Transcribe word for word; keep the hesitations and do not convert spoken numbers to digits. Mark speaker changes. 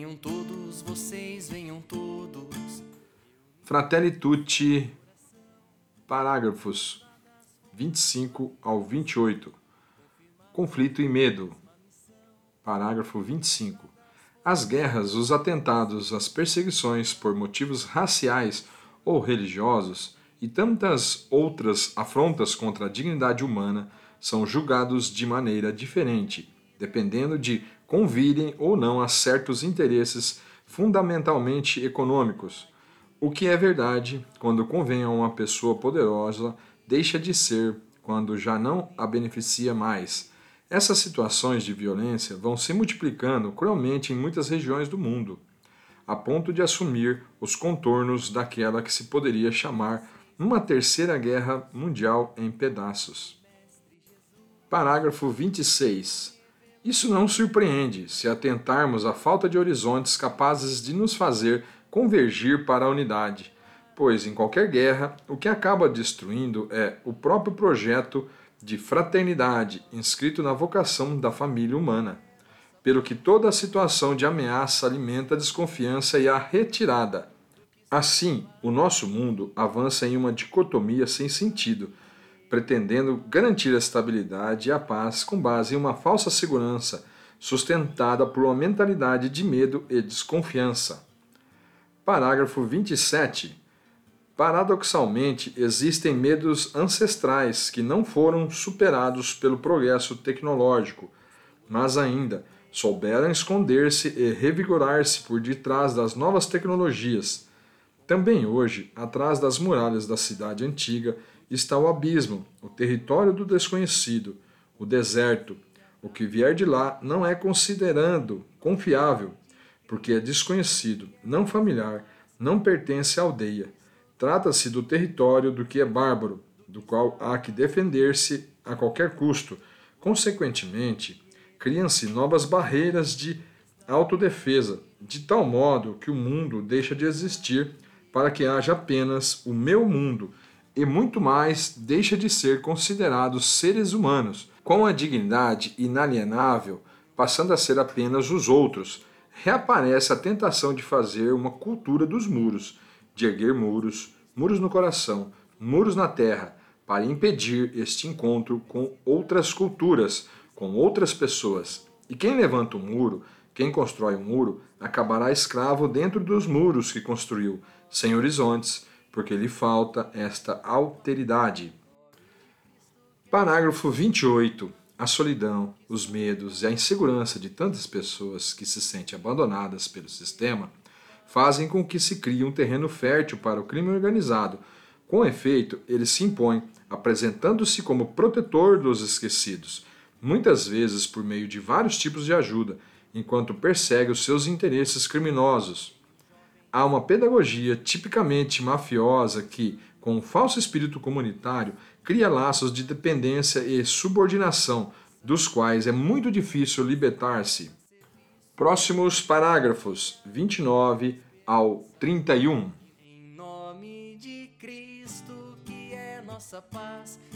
Speaker 1: Venham todos, vocês venham todos.
Speaker 2: Fratelli Tutti, parágrafos vinte e cinco ao vinte e oito. Conflito e medo. Parágrafo vinte e cinco. As guerras, os atentados, as perseguições por motivos raciais ou religiosos e tantas outras afrontas contra a dignidade humana são julgados de maneira diferente, dependendo de convirem ou não a certos interesses fundamentalmente econômicos. O que é verdade quando convém a uma pessoa poderosa deixa de ser quando já não a beneficia mais. Essas situações de violência vão se multiplicando cruelmente em muitas regiões do mundo, a ponto de assumir os contornos daquela que se poderia chamar uma terceira guerra mundial em pedaços. Parágrafo vinte e seis. Isso não surpreende se atentarmos à falta de horizontes capazes de nos fazer convergir para a unidade, pois em qualquer guerra o que acaba destruindo é o próprio projeto de fraternidade inscrito na vocação da família humana, pelo que toda a situação de ameaça alimenta a desconfiança e a retirada. Assim, o nosso mundo avança em uma dicotomia sem sentido, pretendendo garantir a estabilidade e a paz com base em uma falsa segurança sustentada por uma mentalidade de medo e desconfiança. Parágrafo vinte e sete. Paradoxalmente, existem medos ancestrais que não foram superados pelo progresso tecnológico, mas ainda souberam esconder-se e revigorar-se por detrás das novas tecnologias. Também hoje, atrás das muralhas da cidade antiga, está o abismo, o território do desconhecido, o deserto. O que vier de lá não é considerado confiável, porque é desconhecido, não familiar, não pertence à aldeia. Trata-se do território do que é bárbaro, do qual há que defender-se a qualquer custo. Consequentemente, criam-se novas barreiras de autodefesa, de tal modo que o mundo deixa de existir para que haja apenas o meu mundo, e muito mais deixa de ser considerados seres humanos, com a dignidade inalienável, passando a ser apenas os outros. Reaparece a tentação de fazer uma cultura dos muros, de erguer muros, muros no coração, muros na terra, para impedir este encontro com outras culturas, com outras pessoas. E quem levanta um muro, quem constrói um muro, acabará escravo dentro dos muros que construiu, sem horizontes, porque lhe falta esta alteridade. Parágrafo vinte e oito. A solidão, os medos e a insegurança de tantas pessoas que se sentem abandonadas pelo sistema fazem com que se crie um terreno fértil para o crime organizado. Com efeito, ele se impõe, apresentando-se como protetor dos esquecidos, muitas vezes por meio de vários tipos de ajuda, enquanto persegue os seus interesses criminosos. Há uma pedagogia tipicamente mafiosa que, com um falso espírito comunitário, cria laços de dependência e subordinação, dos quais é muito difícil libertar-se. Próximos parágrafos vinte e nove ao trinta e um.
Speaker 1: Em nome de Cristo, que é nossa paz.